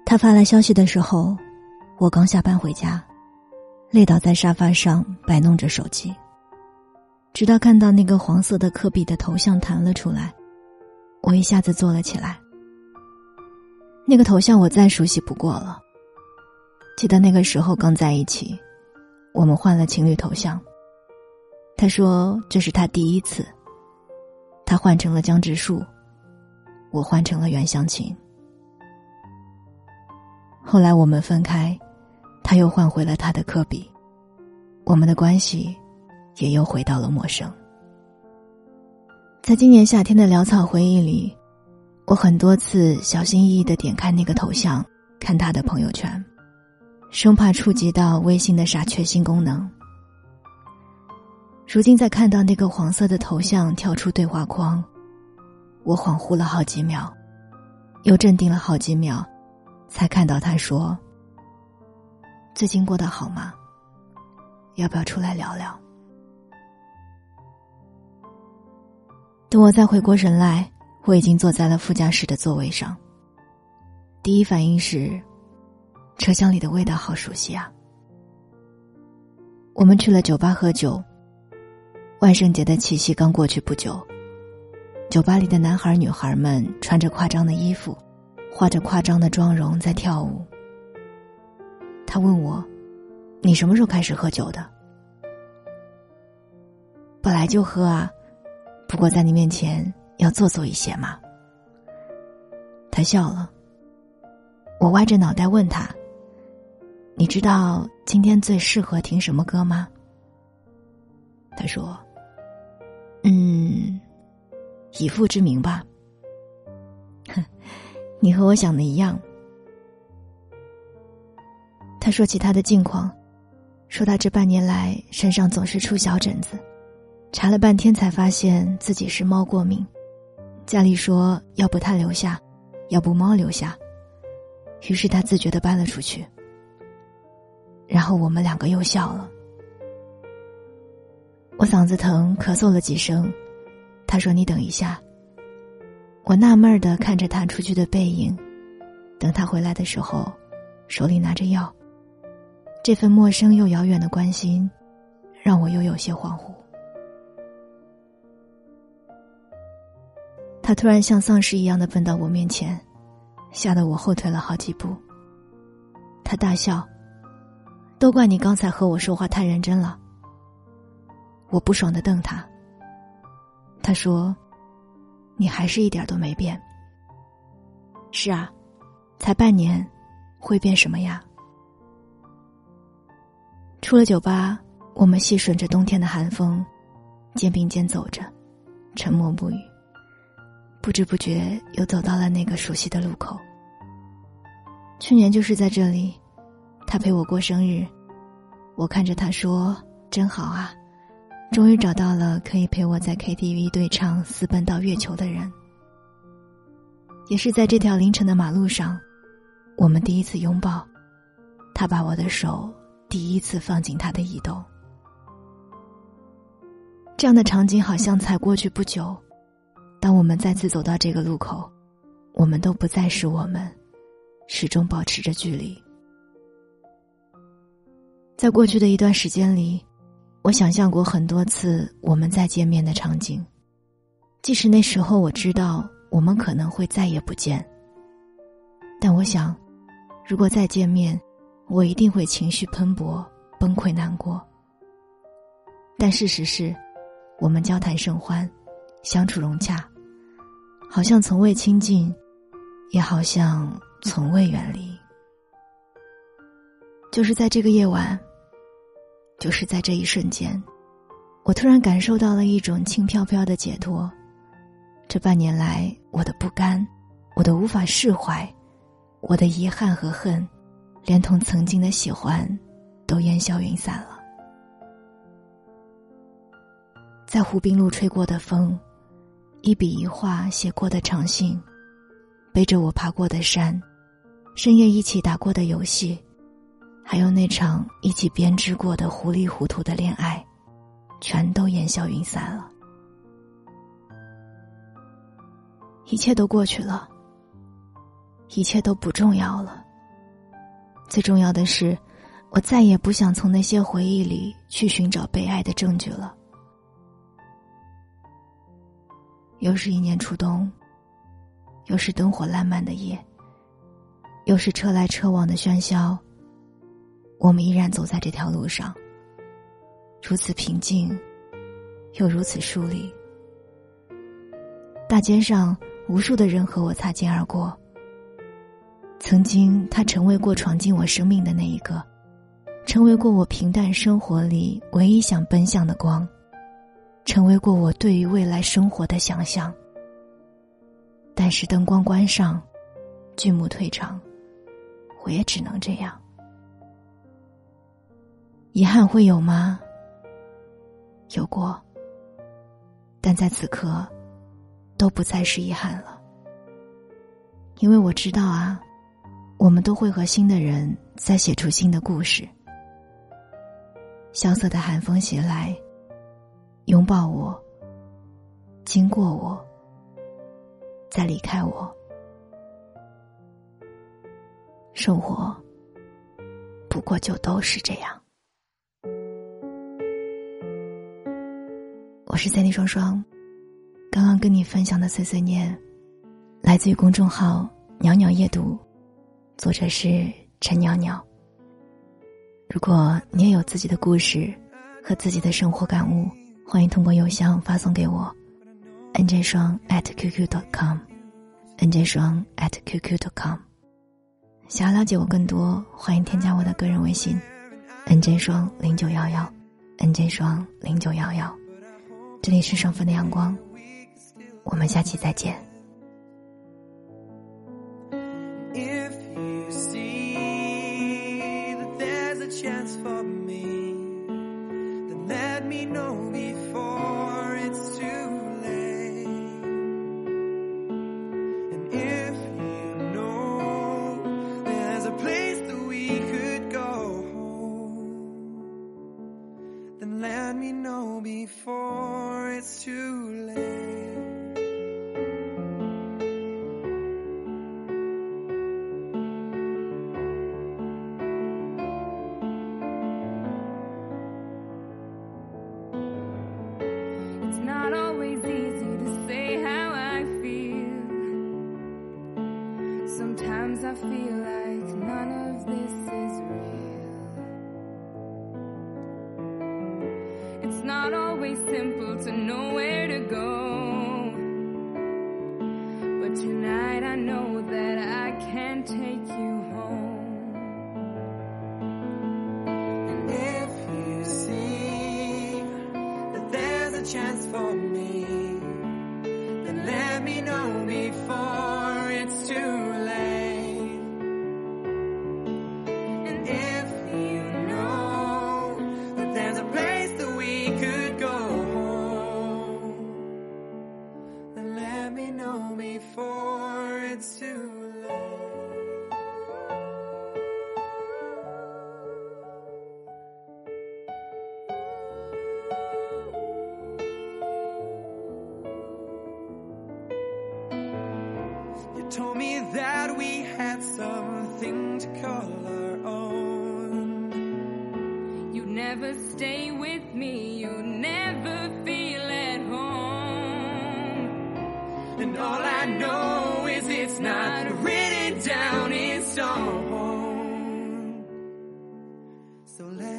他发来消息的时候，我刚下班回家，累倒在沙发上摆弄着手机，直到看到那个黄色的科比的头像弹了出来，我一下子坐了起来。那个头像我再熟悉不过了，记得那个时候刚在一起，我们换了情侣头像。他说这是他第一次，他换成了江直树，我换成了袁湘琴。后来我们分开，他又换回了他的科比，我们的关系也又回到了陌生。在今年夏天的潦草回忆里，我很多次小心翼翼地点开那个头像，看他的朋友圈，生怕触及到微信的傻缺新功能。如今在看到那个黄色的头像跳出对话框，我恍惚了好几秒，又镇定了好几秒，才看到他说：最近过得好吗？要不要出来聊聊？等我再回过神来，我已经坐在了副驾驶的座位上。第一反应是，车厢里的味道好熟悉啊。我们去了酒吧喝酒，万圣节的气息刚过去不久，酒吧里的男孩女孩们穿着夸张的衣服，化着夸张的妆容在跳舞。他问我，你什么时候开始喝酒的？本来就喝啊，不过在你面前要做作一些嘛。他笑了。我歪着脑袋问他，你知道今天最适合听什么歌吗？他说，以父之名吧。哼，你和我想的一样。他说起他的近况，说他这半年来身上总是出小疹子，查了半天才发现自己是猫过敏，家里说要不他留下，要不猫留下，于是他自觉地搬了出去。然后我们两个又笑了。我嗓子疼，咳嗽了几声，他说你等一下。我纳闷地看着他出去的背影，等他回来的时候，手里拿着药。这份陌生又遥远的关心，让我又有些恍惚。他突然像丧尸一样地奔到我面前，吓得我后退了好几步。他大笑，都怪你刚才和我说话太认真了。我不爽地瞪他。他说，你还是一点都没变。是啊，才半年，会变什么呀？出了酒吧，我们细吮着冬天的寒风，肩并肩走着，沉默不语。不知不觉又走到了那个熟悉的路口。去年就是在这里，他陪我过生日，我看着他说，真好啊，终于找到了可以陪我在 KTV 对唱私奔到月球的人。也是在这条凌晨的马路上，我们第一次拥抱，他把我的手第一次放进他的衣兜。这样的场景好像才过去不久，当我们再次走到这个路口，我们都不再是我们，始终保持着距离。在过去的一段时间里，我想象过很多次我们再见面的场景，即使那时候我知道我们可能会再也不见，但我想，如果再见面，我一定会情绪喷薄，崩溃难过。但事实是，我们交谈甚欢，相处融洽，好像从未亲近，也好像从未远离。就是在这个夜晚，就是在这一瞬间，我突然感受到了一种轻飘飘的解脱。这半年来，我的不甘，我的无法释怀，我的遗憾和恨，连同曾经的喜欢，都烟消云散了。在湖滨路吹过的风，一笔一画写过的长信，背着我爬过的山，深夜一起打过的游戏，还有那场一起编织过的糊里糊涂的恋爱，全都烟消云散了。一切都过去了，一切都不重要了。 最重要的是，我再也不想从那些回忆里去寻找被爱的证据了。又是一年初冬，又是灯火烂漫的夜，又是车来车往的喧嚣，我们依然走在这条路上，如此平静，又如此疏离。大街上无数的人和我擦肩而过，曾经他成为过闯进我生命的那一个，成为过我平淡生活里唯一想奔向的光，成为过我对于未来生活的想象。但是灯光关上，剧目退场，我也只能这样。遗憾会有吗？有过，但在此刻都不再是遗憾了。因为我知道啊，我们都会和新的人再写出新的故事。萧瑟的寒风袭来，拥抱我，经过我，再离开我。生活不过就都是这样。我是Sandy双双，刚刚跟你分享的碎碎念来自于公众号袅袅夜读，作者是陈袅袅。如果你也有自己的故事和自己的生活感悟，欢迎通过邮箱发送给我 nj 双 @qq.com nj 双 @qq.com。 想要了解我更多，欢迎添加我的个人微信 nj 双0911 nj 双0911。这里是双份的阳光，我们下期再见。 Chance for me, then let me know before it's too late. And if you know there's a place that we could go home, then let me know before it's too late. It's not always easy to say how I feel. Sometimes I feel like none of this is real. It's not always simple to know where to go, but tonight I know that I can take you home. And if you see that there's a chance for me, then let me know before it's too late. And if you know that there's a place that we could go home, then let me know before it's too late. You told me that we had something to call our own. You never stay with me, you never feel at home. And all I know is it's not written down in stone. So let